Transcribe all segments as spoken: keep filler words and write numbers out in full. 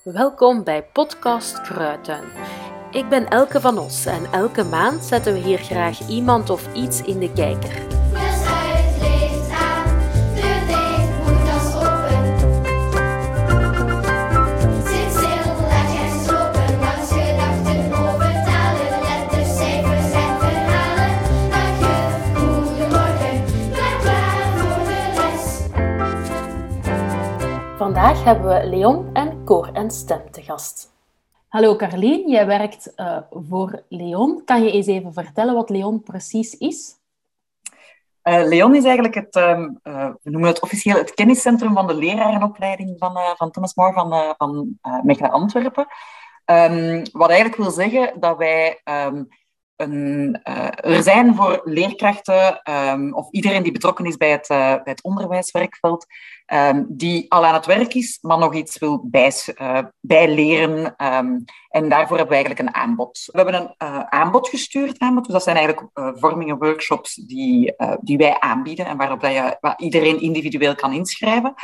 Welkom bij podcast Kruidtuin. Ik ben Elke van Os en elke maand zetten we hier graag iemand of iets in de kijker. Dus uit, licht aan, deur dicht, boekentas open. Zit stil, laat je eens open, langs gedachten overtalen. Letters, cijfers en verhalen. Dag juf, goedemorgen, ben klaar voor de les. Vandaag hebben we Leon en Koor en Stem te gast. Hallo Carlien, jij werkt uh, voor Leon. Kan je eens even vertellen wat Leon precies is? Uh, Leon is eigenlijk het, um, uh, we noemen het officieel het kenniscentrum van de lerarenopleiding van, uh, van Thomas More van, uh, van uh, Mechelen Antwerpen. Um, wat eigenlijk wil zeggen dat wij um, een, uh, er zijn voor leerkrachten um, of iedereen die betrokken is bij het, uh, bij het onderwijswerkveld, um, die al aan het werk is, maar nog iets wil bij, uh, bijleren. Um, en daarvoor hebben we eigenlijk een aanbod. We hebben een uh, aanbod gestuurd. Aanbod, dus dat zijn eigenlijk uh, vormingen, workshops die, uh, die wij aanbieden en waarop dat je, waar iedereen individueel kan inschrijven.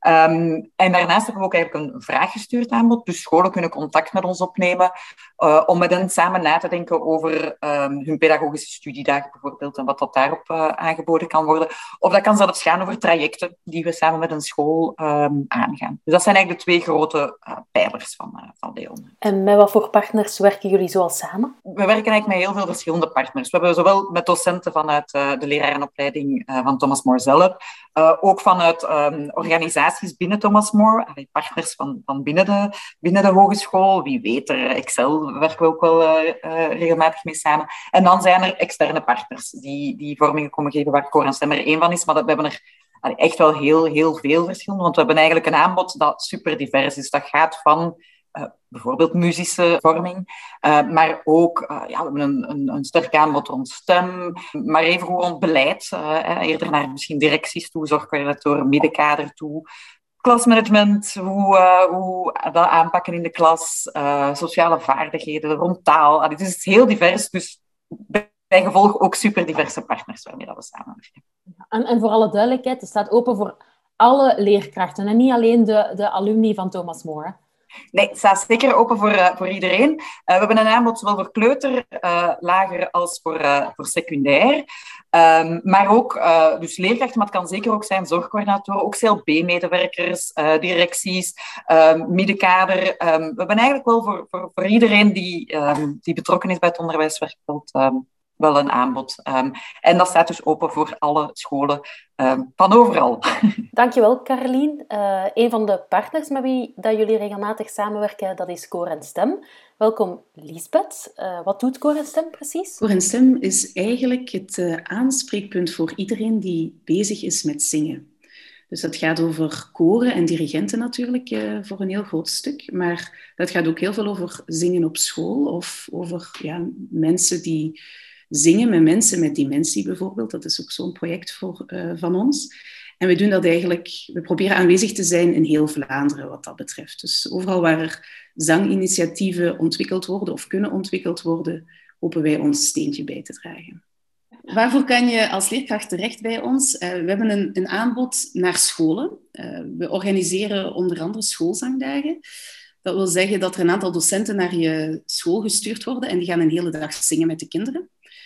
Um, en daarnaast hebben we ook eigenlijk een vraaggestuurd aanbod. Dus scholen kunnen contact met ons opnemen uh, om met hen samen na te denken over um, hun pedagogische studiedagen bijvoorbeeld en wat dat daarop uh, aangeboden kan worden. Of dat kan zelfs gaan over trajecten die we samen met een school um, aangaan. Dus dat zijn eigenlijk de twee grote uh, pijlers van, uh, van Leon. En met wat voor partners werken jullie zoal samen? We werken eigenlijk met heel veel verschillende partners. We hebben zowel met docenten vanuit uh, de lerarenopleiding uh, van Thomas More zelf, uh, ook vanuit um, organisaties binnen Thomas More, partners van, van binnen, de, binnen de hogeschool. Wie weet, er Excel werken we ook wel uh, uh, regelmatig mee samen. En dan zijn er externe partners die, die vormingen komen geven, waar Koor en Stem er één van is. Maar dat, we hebben er allee, echt wel heel, heel veel verschillende, want we hebben eigenlijk een aanbod dat super divers is. Dat gaat van Uh, bijvoorbeeld muzische vorming, uh, maar ook, uh, ja, we hebben een, een, een sterk aanbod rond stem, maar even rond beleid, uh, eerder naar misschien directies toe, zorgcoördinatoren, middenkader toe, klasmanagement, hoe, uh, hoe dat aanpakken in de klas, uh, sociale vaardigheden, rond taal. Allee, dus het is heel divers, dus bij gevolg ook super diverse partners waarmee dat we samenwerken. En, en voor alle duidelijkheid, het staat open voor alle leerkrachten en niet alleen de, de alumni van Thomas More. Nee, het staat zeker open voor, uh, voor iedereen. Uh, we hebben een aanbod zowel voor kleuter, uh, lager als voor, uh, voor secundair. Um, maar ook uh, dus leerkrachten, maar het kan zeker ook zijn zorgcoördinatoren, ook C L B-medewerkers, uh, directies, um, middenkader. Um, we hebben eigenlijk wel voor, voor, voor iedereen die, um, die betrokken is bij het onderwijswerkveld um, wel een aanbod. Um, en dat staat dus open voor alle scholen um, van overal. Dankjewel, Carlien. Uh, een van de partners met wie dat jullie regelmatig samenwerken, dat is Koor en Stem. Welkom, Liesbeth. Uh, wat doet Koor en Stem precies? Koor en Stem is eigenlijk het uh, aanspreekpunt voor iedereen die bezig is met zingen. Dus dat gaat over koren en dirigenten natuurlijk, uh, voor een heel groot stuk. Maar dat gaat ook heel veel over zingen op school of over ja, mensen die zingen met mensen met dementie bijvoorbeeld. Dat is ook zo'n project voor, uh, van ons. En we doen dat eigenlijk, we proberen aanwezig te zijn in heel Vlaanderen wat dat betreft. Dus overal waar er zanginitiatieven ontwikkeld worden of kunnen ontwikkeld worden, hopen wij ons steentje bij te dragen. Waarvoor kan je als leerkracht terecht bij ons? Uh, we hebben een, een aanbod naar scholen. Uh, we organiseren onder andere schoolzangdagen. Dat wil zeggen dat er een aantal docenten naar je school gestuurd worden en die gaan een hele dag zingen met de kinderen.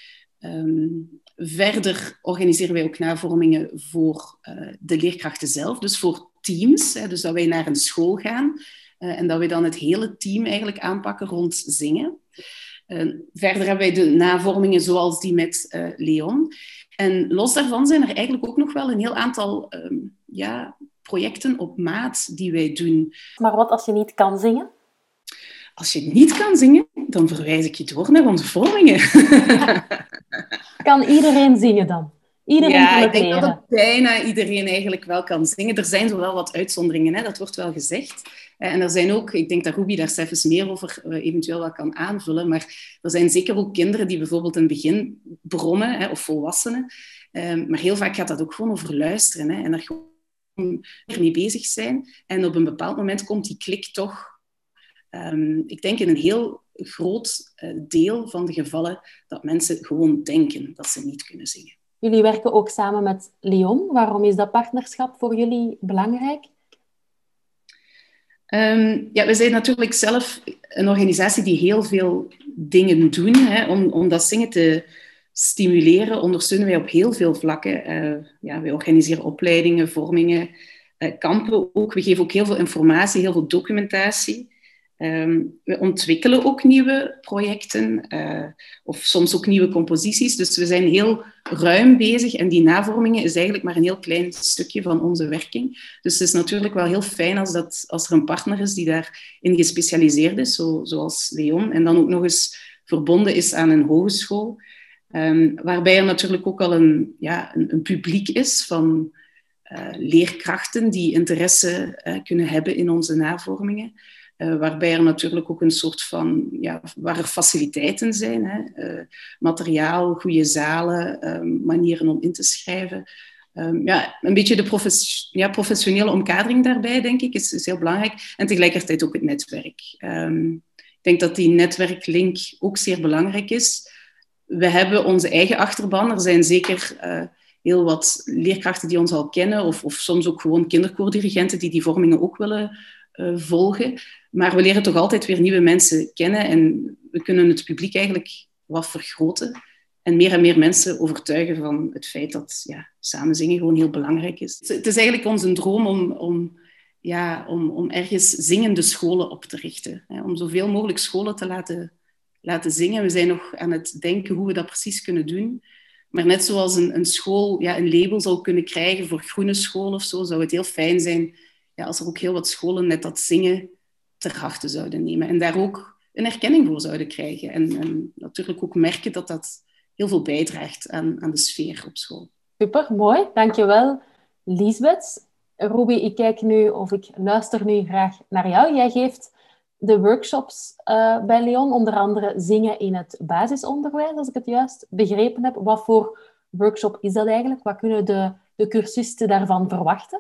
Um, verder organiseren wij ook navormingen voor uh, de leerkrachten zelf, dus voor teams. Hè, dus dat wij naar een school gaan uh, en dat wij dan het hele team eigenlijk aanpakken rond zingen. Uh, verder hebben wij de navormingen zoals die met uh, Leon. En los daarvan zijn er eigenlijk ook nog wel een heel aantal um, ja, projecten op maat die wij doen. Maar wat als je niet kan zingen? Als je niet kan zingen, dan verwijs ik je door naar onze vormingen. Kan iedereen zingen dan? Iedereen ja, kan het ik denk leren. dat het bijna iedereen eigenlijk wel kan zingen. Er zijn zo wel wat uitzonderingen, hè? Dat wordt wel gezegd. En er zijn ook, ik denk dat Ruby daar zelfs meer over uh, eventueel wel kan aanvullen, maar er zijn zeker ook kinderen die bijvoorbeeld in het begin brommen, hè, of volwassenen. Um, maar heel vaak gaat dat ook gewoon over luisteren, hè, en er gewoon mee bezig zijn. En op een bepaald moment komt die klik toch. Um, ik denk in een heel groot uh, deel van de gevallen dat mensen gewoon denken dat ze niet kunnen zingen. Jullie werken ook samen met Leon. Waarom is dat partnerschap voor jullie belangrijk? Um, ja, we zijn natuurlijk zelf een organisatie die heel veel dingen doen. Hè, om, om dat zingen te stimuleren, ondersteunen wij op heel veel vlakken. Uh, ja, wij organiseren opleidingen, vormingen, uh, kampen ook. We geven ook heel veel informatie, heel veel documentatie. Um, we ontwikkelen ook nieuwe projecten uh, of soms ook nieuwe composities. Dus we zijn heel ruim bezig en die navormingen is eigenlijk maar een heel klein stukje van onze werking. Dus het is natuurlijk wel heel fijn als, dat, als er een partner is die daarin gespecialiseerd is, zo, zoals Leon, en dan ook nog eens verbonden is aan een hogeschool, um, waarbij er natuurlijk ook al een, ja, een, een publiek is van uh, leerkrachten die interesse uh, kunnen hebben in onze navormingen. Uh, waarbij er natuurlijk ook een soort van, ja, waar er faciliteiten zijn, hè, uh, materiaal, goede zalen, um, manieren om in te schrijven. Um, ja, een beetje de profes- ja, professionele omkadering daarbij, denk ik, is, is heel belangrijk. En tegelijkertijd ook het netwerk. Um, ik denk dat die netwerklink ook zeer belangrijk is. We hebben onze eigen achterban. Er zijn zeker uh, heel wat leerkrachten die ons al kennen, of, of soms ook gewoon kinderkoordirigenten die die vormingen ook willen uh, volgen. Maar we leren toch altijd weer nieuwe mensen kennen en we kunnen het publiek eigenlijk wat vergroten en meer en meer mensen overtuigen van het feit dat ja, samen zingen gewoon heel belangrijk is. Het is eigenlijk onze droom om, om, ja, om, om ergens zingende scholen op te richten. Hè, om zoveel mogelijk scholen te laten, laten zingen. We zijn nog aan het denken hoe we dat precies kunnen doen. Maar net zoals een, een school ja, een label zou kunnen krijgen voor groene school of zo, zou het heel fijn zijn ja, als er ook heel wat scholen net dat zingen ter harte zouden nemen en daar ook een erkenning voor zouden krijgen. En, en natuurlijk ook merken dat dat heel veel bijdraagt aan, aan de sfeer op school. Super, mooi. Dankjewel, Liesbeth. Ruby, ik kijk nu, of ik luister nu graag naar jou. Jij geeft de workshops uh, bij Leon, onder andere zingen in het basisonderwijs, als ik het juist begrepen heb. Wat voor workshop is dat eigenlijk? Wat kunnen de, de cursisten daarvan verwachten?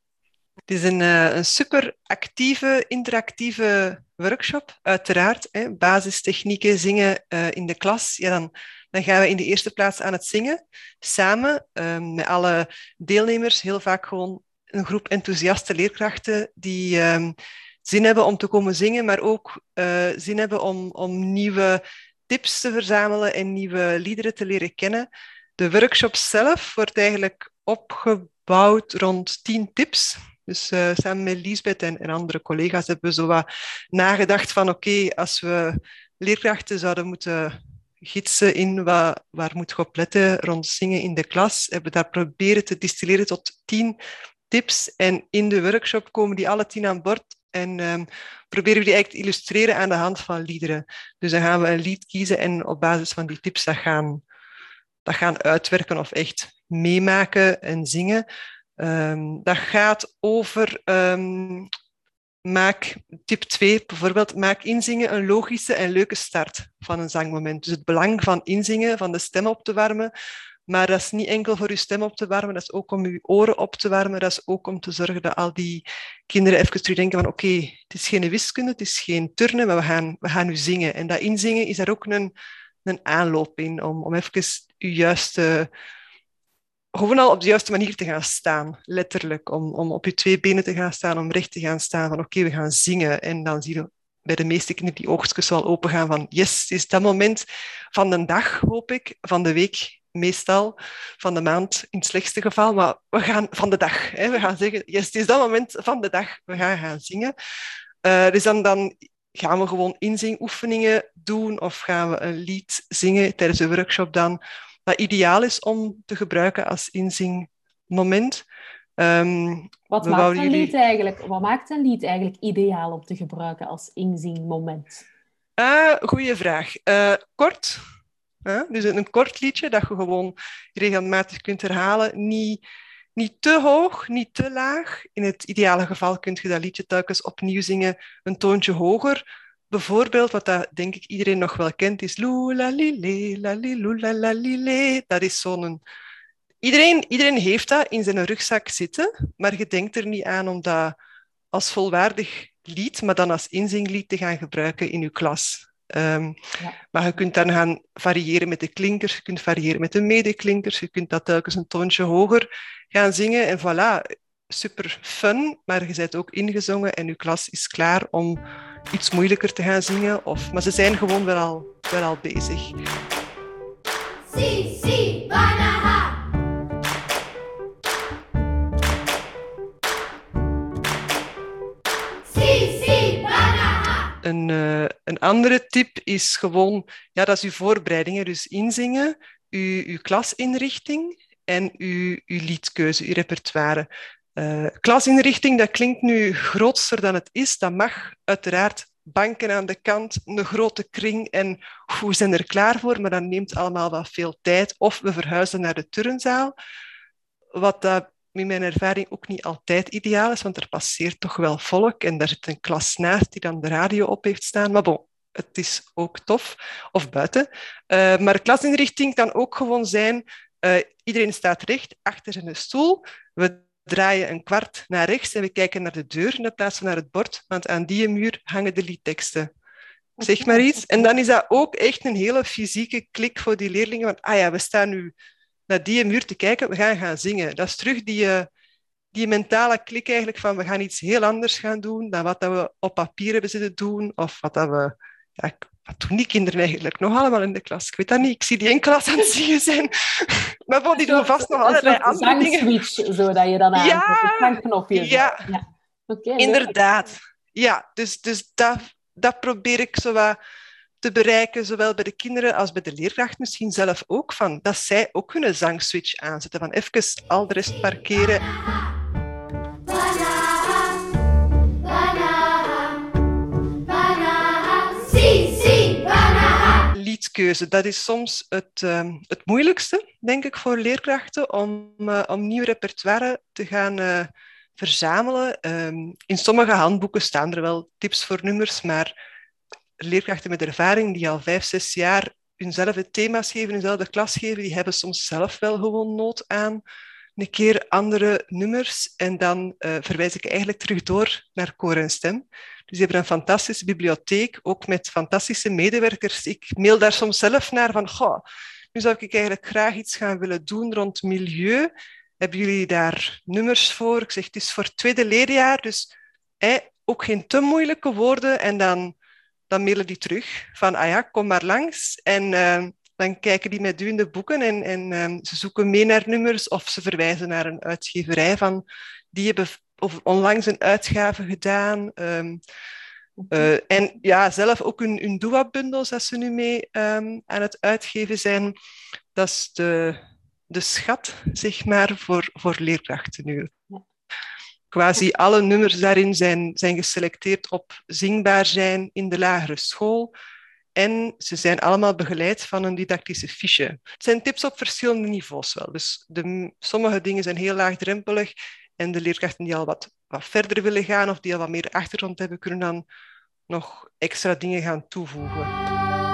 Het is een, uh, een super actieve, interactieve workshop, uiteraard. Hè. Basistechnieken, zingen uh, in de klas. Ja, dan, dan gaan we in de eerste plaats aan het zingen, samen uh, met alle deelnemers. Heel vaak gewoon een groep enthousiaste leerkrachten die uh, zin hebben om te komen zingen, maar ook uh, zin hebben om, om nieuwe tips te verzamelen en nieuwe liederen te leren kennen. De workshop zelf wordt eigenlijk opgebouwd rond tien tips. Dus uh, samen met Liesbeth en, en andere collega's hebben we zo wat nagedacht van oké, okay, als we leerkrachten zouden moeten gidsen in wat, waar moet je op letten rond zingen in de klas, hebben we daar proberen te distilleren tot tien tips. En in de workshop komen die alle tien aan bod en um, proberen we die eigenlijk te illustreren aan de hand van liederen. Dus dan gaan we een lied kiezen en op basis van die tips dat gaan, dat gaan uitwerken of echt meemaken en zingen. Um, dat gaat over um, maak, tip twee bijvoorbeeld, maak inzingen een logische en leuke start van een zangmoment. Dus het belang van inzingen, van de stem op te warmen, maar dat is niet enkel voor je stem op te warmen, dat is ook om je oren op te warmen, dat is ook om te zorgen dat al die kinderen even terug denken van oké, okay, het is geen wiskunde, het is geen turnen, maar we gaan, we gaan nu zingen. En dat inzingen is daar ook een, een aanloop in, om, om even je juiste... gewoon al op de juiste manier te gaan staan, letterlijk. Om, om op je twee benen te gaan staan, om recht te gaan staan. Van oké, okay, we gaan zingen. En dan zie je bij de meeste kinderen die oogstjes wel open gaan van yes, het is dat moment van de dag, hoop ik. Van de week meestal. Van de maand in het slechtste geval. Maar we gaan van de dag. Hè. We gaan zeggen, yes, het is dat moment van de dag. We gaan gaan zingen. Uh, dus dan, dan gaan we gewoon inzingoefeningen doen. Of gaan we een lied zingen tijdens de workshop dan. Dat ideaal is om te gebruiken als inzingmoment. Um, Wat maakt een lied eigenlijk? Wat maakt een lied eigenlijk ideaal om te gebruiken als inzingmoment? Uh, goeie vraag. Uh, kort. Uh, dus een kort liedje dat je gewoon regelmatig kunt herhalen. Niet, niet te hoog, niet te laag. In het ideale geval kun je dat liedje telkens opnieuw zingen, een toontje hoger. Bijvoorbeeld, wat dat, denk ik iedereen nog wel kent, is loelalile, laliloelalalile. Dat is zo'n... Iedereen, iedereen heeft dat in zijn rugzak zitten, maar je denkt er niet aan om dat als volwaardig lied, maar dan als inzinglied te gaan gebruiken in je klas. Um, ja. Maar je kunt dan gaan variëren met de klinkers, je kunt variëren met de medeklinkers, je kunt dat telkens een toontje hoger gaan zingen en voilà. super fun, maar je bent ook ingezongen en je klas is klaar om iets moeilijker te gaan zingen. Of, maar ze zijn gewoon wel al, wel al bezig. Si, si, banaha. Si, si, banaha. Een, uh, een andere tip is gewoon, ja, dat is uw voorbereidingen. Dus inzingen, uw, uw klasinrichting en uw, uw liedkeuze, uw repertoire. Uh, klasinrichting, dat klinkt nu grootser dan het is. Dat mag uiteraard. Banken aan de kant, een grote kring en we zijn er klaar voor, maar dat neemt allemaal wat veel tijd. Of we verhuizen naar de turnzaal, wat dat in mijn ervaring ook niet altijd ideaal is, want er passeert toch wel volk en daar zit een klas naast die dan de radio op heeft staan. Maar bon, het is ook tof. Of buiten. Uh, maar klasinrichting kan ook gewoon zijn, uh, iedereen staat recht achter zijn stoel. We draaien een kwart naar rechts en we kijken naar de deur in plaats van naar het bord, want aan die muur hangen de liedteksten. Zeg maar iets. En dan is dat ook echt een hele fysieke klik voor die leerlingen. Want ah ja, we staan nu naar die muur te kijken, we gaan gaan zingen. Dat is terug die, uh, die mentale klik eigenlijk van we gaan iets heel anders gaan doen dan wat dat we op papier hebben zitten doen. Of wat dat we... Ja, wat doen die kinderen eigenlijk nog allemaal in de klas? Ik weet dat niet. Ik zie die in klas aan het zingen zijn. Maar bon, die doen vast nog allerlei andere dingen. Een switch, zodat je dan aan ja, het zangknopje. Ja, ja. Okay, inderdaad. Leuk. Ja, dus, dus dat, dat probeer ik zo wat te bereiken, zowel bij de kinderen als bij de leerkracht misschien zelf ook, van, dat zij ook hun zangswitch aanzetten. Van even al de rest parkeren. Liedkeuze, dat is soms het, uh, het moeilijkste, denk ik, voor leerkrachten om, uh, om nieuw repertoire te gaan uh, verzamelen. Um, in sommige handboeken staan er wel tips voor nummers, maar leerkrachten met ervaring die al vijf, zes jaar hunzelfde thema's geven, hunzelfde klas geven, die hebben soms zelf wel gewoon nood aan een keer andere nummers. En dan uh, verwijs ik eigenlijk terug door naar Koor en Stem. Dus die hebben een fantastische bibliotheek, ook met fantastische medewerkers. Ik mail daar soms zelf naar van, goh, nu zou ik eigenlijk graag iets gaan willen doen rond milieu. Hebben jullie daar nummers voor? Ik zeg, het is voor het tweede leerjaar, dus eh, ook geen te moeilijke woorden. En dan, dan mailen die terug van, ah ja, kom maar langs. En uh, dan kijken die met u in de boeken en, en uh, ze zoeken mee naar nummers of ze verwijzen naar een uitgeverij van, die hebben of onlangs een uitgave gedaan. Um, uh, en ja, zelf ook hun, hun doa-bundels, als ze nu mee um, aan het uitgeven zijn. Dat is de, de schat, zeg maar, voor, voor leerkrachten nu. Quasi alle nummers daarin zijn, zijn geselecteerd op zingbaar zijn in de lagere school. En ze zijn allemaal begeleid van een didactische fiche. Het zijn tips op verschillende niveaus wel. Dus de, sommige dingen zijn heel laagdrempelig. En de leerkrachten die al wat, wat verder willen gaan of die al wat meer achtergrond hebben, kunnen dan nog extra dingen gaan toevoegen.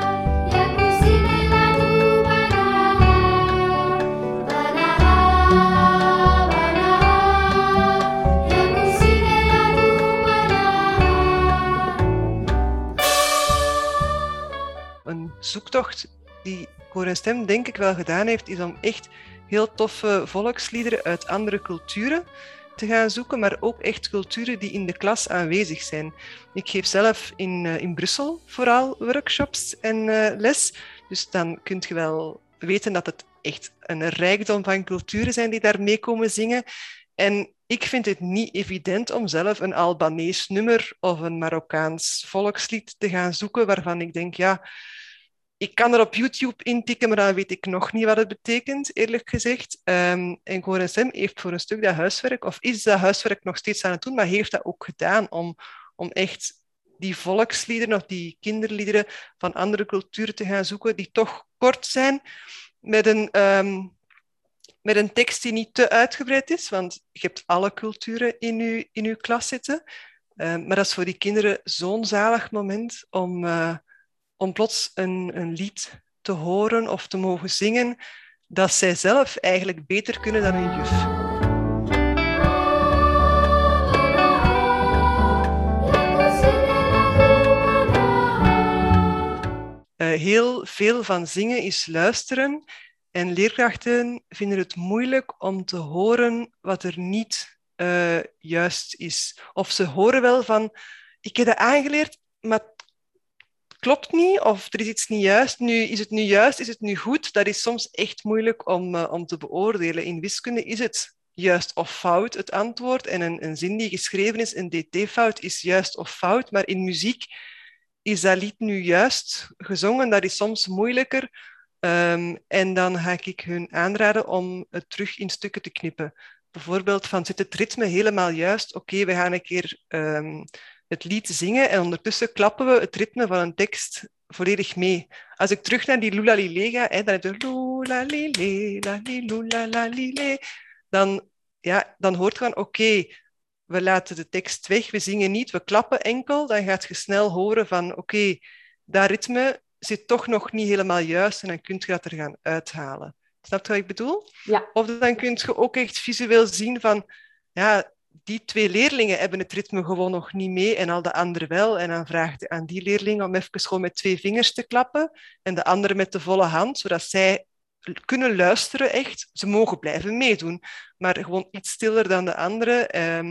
Een zoektocht die Koor en Stem denk ik wel gedaan heeft, is om echt heel toffe volksliederen uit andere culturen te gaan zoeken, maar ook echt culturen die in de klas aanwezig zijn. Ik geef zelf in, uh, in Brussel vooral workshops en uh, les, dus dan kun je wel weten dat het echt een rijkdom van culturen zijn die daar mee komen zingen. En ik vind het niet evident om zelf een Albanees nummer of een Marokkaans volkslied te gaan zoeken, waarvan ik denk, ja, ik kan er op YouTube intikken, maar dan weet ik nog niet wat het betekent, eerlijk gezegd. Um, en Koor en Stem heeft voor een stuk dat huiswerk, of is dat huiswerk nog steeds aan het doen, maar heeft dat ook gedaan om, om echt die volksliederen of die kinderliederen van andere culturen te gaan zoeken, die toch kort zijn, met een, um, met een tekst die niet te uitgebreid is, want je hebt alle culturen in je, in uw klas zitten. Um, maar dat is voor die kinderen zo'n zalig moment om... Uh, om plots een, een lied te horen of te mogen zingen, dat zij zelf eigenlijk beter kunnen dan hun juf. Uh, heel veel van zingen is luisteren en leerkrachten vinden het moeilijk om te horen wat er niet uh, juist is. Of ze horen wel van, ik heb dat aangeleerd, maar het klopt niet, of er is iets niet juist. Nu, is het nu juist, is het nu goed? Dat is soms echt moeilijk om, uh, om te beoordelen. In wiskunde is het juist of fout, het antwoord. En een, een zin die geschreven is, een D T-fout, is juist of fout. Maar in muziek is dat lied nu juist gezongen? Dat is soms moeilijker. Um, en dan ga ik hun aanraden om het terug in stukken te knippen. Bijvoorbeeld van, zit het ritme helemaal juist? Oké, okay, we gaan een keer um, het lied zingen en ondertussen klappen we het ritme van een tekst volledig mee. Als ik terug naar die Lula-li-le ga, hè, dan heb je Lula-li-le, la-li-lula-la-li-le. Dan, ja, dan hoort je van, oké, okay, we laten de tekst weg, we zingen niet, we klappen enkel. Dan gaat je snel horen van, oké, okay, dat ritme zit toch nog niet helemaal juist en dan kun je dat er gaan uithalen. Snap je wat ik bedoel? Ja. Of dan kun je ook echt visueel zien van, ja, die twee leerlingen hebben het ritme gewoon nog niet mee en al de anderen wel. En dan vraagt je aan die leerling om even gewoon met twee vingers te klappen en de andere met de volle hand, zodat zij kunnen luisteren echt. Ze mogen blijven meedoen, maar gewoon iets stiller dan de anderen. Um,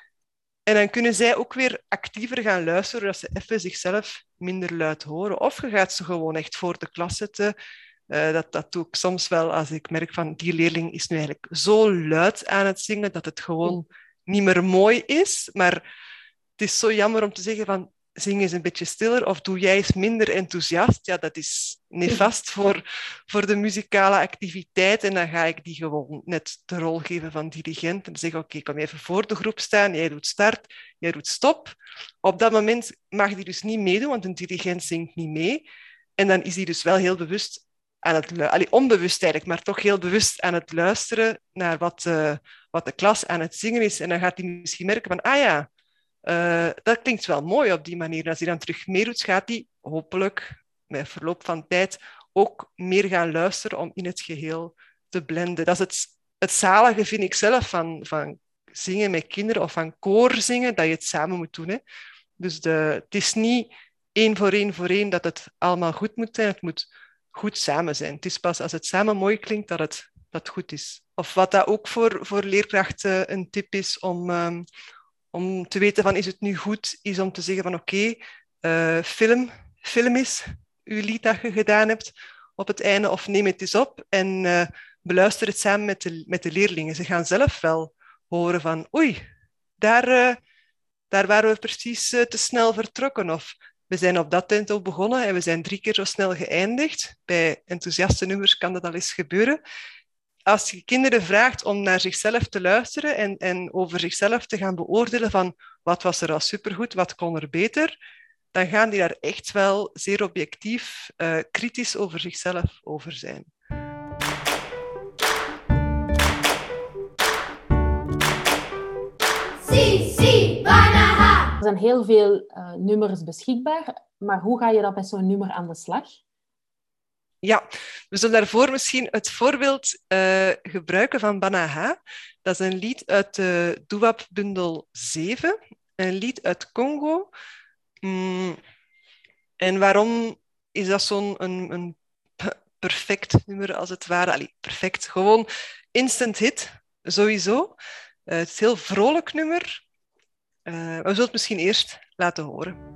en dan kunnen zij ook weer actiever gaan luisteren, zodat ze even zichzelf minder luid horen. Of je gaat ze gewoon echt voor de klas zetten. Uh, dat, dat doe ik soms wel als ik merk van die leerling is nu eigenlijk zo luid aan het zingen dat het gewoon niet meer mooi is. Maar het is zo jammer om te zeggen van zing eens een beetje stiller of doe jij eens minder enthousiast. Ja, dat is nefast voor, voor de muzikale activiteit. En dan ga ik die gewoon net de rol geven van dirigent. En zeggen, oké, okay, kom even voor de groep staan. Jij doet start, jij doet stop. Op dat moment mag die dus niet meedoen, want een dirigent zingt niet mee. En dan is hij dus wel heel bewust aan het luisteren. Allee, onbewust eigenlijk, maar toch heel bewust aan het luisteren naar wat, uh, wat de klas aan het zingen is. En dan gaat hij misschien merken van, ah ja, Uh, dat klinkt wel mooi op die manier. En als hij dan terug meedoet, gaat hij hopelijk met verloop van tijd ook meer gaan luisteren om in het geheel te blenden. Dat is het, het zalige, vind ik zelf, van, van zingen met kinderen of van koor zingen, dat je het samen moet doen. Hè. Dus de, het is niet één voor één voor één dat het allemaal goed moet zijn. Het moet goed samen zijn. Het is pas als het samen mooi klinkt dat het, dat het goed is. Of wat dat ook voor, voor leerkrachten een tip is om... Um, Om te weten van, is het nu goed, is om te zeggen van oké, okay, uh, film, film is uw lied dat je gedaan hebt op het einde, of neem het eens op en uh, beluister het samen met de, met de leerlingen. Ze gaan zelf wel horen van, oei, daar, uh, daar waren we precies uh, te snel vertrokken. Of we zijn op dat tempo begonnen en we zijn drie keer zo snel geëindigd. Bij enthousiaste nummers kan dat al eens gebeuren. Als je kinderen vraagt om naar zichzelf te luisteren en, en over zichzelf te gaan beoordelen van wat was er al supergoed, wat kon er beter, dan gaan die daar echt wel zeer objectief, uh, kritisch over zichzelf over zijn. Si, si, banaha. Er zijn heel veel uh, nummers beschikbaar, maar hoe ga je dan met zo'n nummer aan de slag? Ja, we zullen daarvoor misschien het voorbeeld uh, gebruiken van Banaha. Dat is een lied uit de Doo-wop-bundel zeven. Een lied uit Congo. Mm. En waarom is dat zo'n een, een perfect nummer, als het ware? Allee, perfect. Gewoon instant hit, sowieso. Uh, het is een heel vrolijk nummer. Uh, we zullen het misschien eerst laten horen.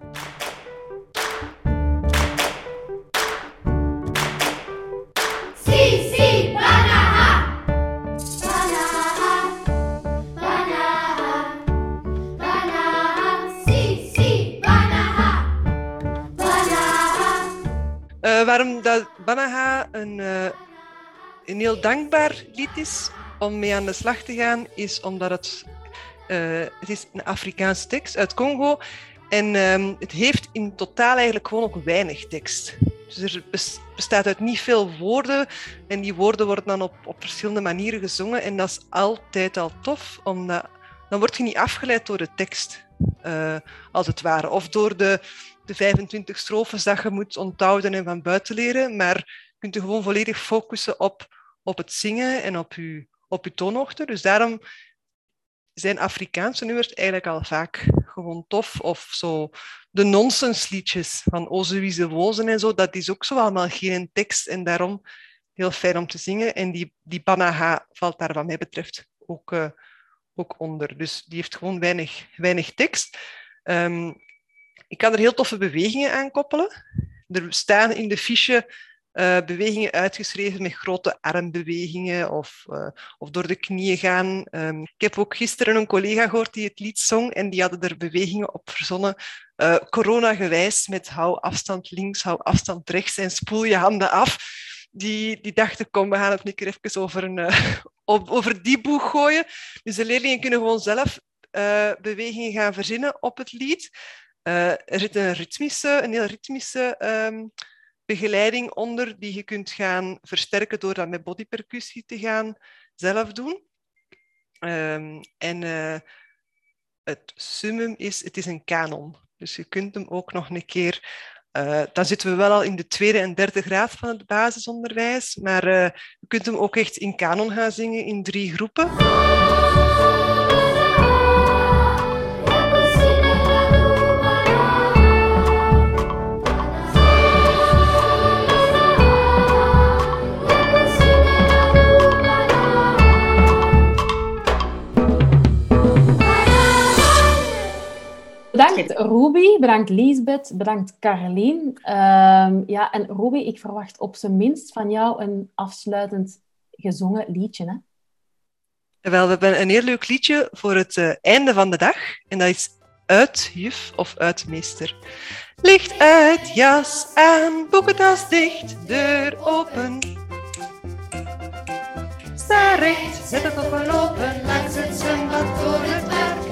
Si, si, banaha. Banaha, banaha, banaha. Si, si, banaha. Banaha. Uh, waarom dat Banaha een, uh, een heel dankbaar lied is om mee aan de slag te gaan, is omdat het, uh, het is een Afrikaanse tekst uit Congo en um, het heeft in totaal eigenlijk gewoon ook weinig tekst. Dus er bestaat uit niet veel woorden en die woorden worden dan op, op verschillende manieren gezongen en dat is altijd al tof, omdat dan word je niet afgeleid door de tekst, uh, als het ware, of door de, de vijfentwintig strofes dat je moet onthouden en van buiten leren, maar je kunt je gewoon volledig focussen op, op het zingen en op je, op je toonhoogte. Dus daarom zijn Afrikaanse nummers eigenlijk al vaak gewoon tof. Of zo de nonsensliedjes van Oze Wieze Wozen en zo, dat is ook zo allemaal geen tekst en daarom heel fijn om te zingen. En die, die Banaha valt daar wat mij betreft ook, uh, ook onder. Dus die heeft gewoon weinig, weinig tekst. Um, ik kan er heel toffe bewegingen aan koppelen. Er staan in de fiche uh, bewegingen uitgeschreven met grote armbewegingen of, uh, of door de knieën gaan. Um, ik heb ook gisteren een collega gehoord die het lied zong en die hadden er bewegingen op verzonnen. Uh, corona-gewijs met hou afstand links, hou afstand rechts en spoel je handen af. Die, die dachten, kom, we gaan het een keer even over, een, uh, over die boeg gooien. Dus de leerlingen kunnen gewoon zelf uh, bewegingen gaan verzinnen op het lied. Uh, er zit een, ritmische, een heel ritmische um, begeleiding onder die je kunt gaan versterken door dat met bodypercussie te gaan zelf doen. Um, en uh, het summum is, het is een kanon. Dus je kunt hem ook nog een keer... Uh, dan zitten we wel al in de tweede en derde graad van het basisonderwijs, maar uh, je kunt hem ook echt in kanon gaan zingen in drie groepen. Bedankt Ruby, bedankt Liesbeth, bedankt Carlien. Uh, ja, en Ruby, ik verwacht op zijn minst van jou een afsluitend gezongen liedje, hè? Wel, we hebben een heel leuk liedje voor het uh, einde van de dag. En dat is Uit juf of uit meester. Licht uit, jas aan, boekentas dicht, deur open. Sta recht, zet het op een lopen, langs het zwembad door het park.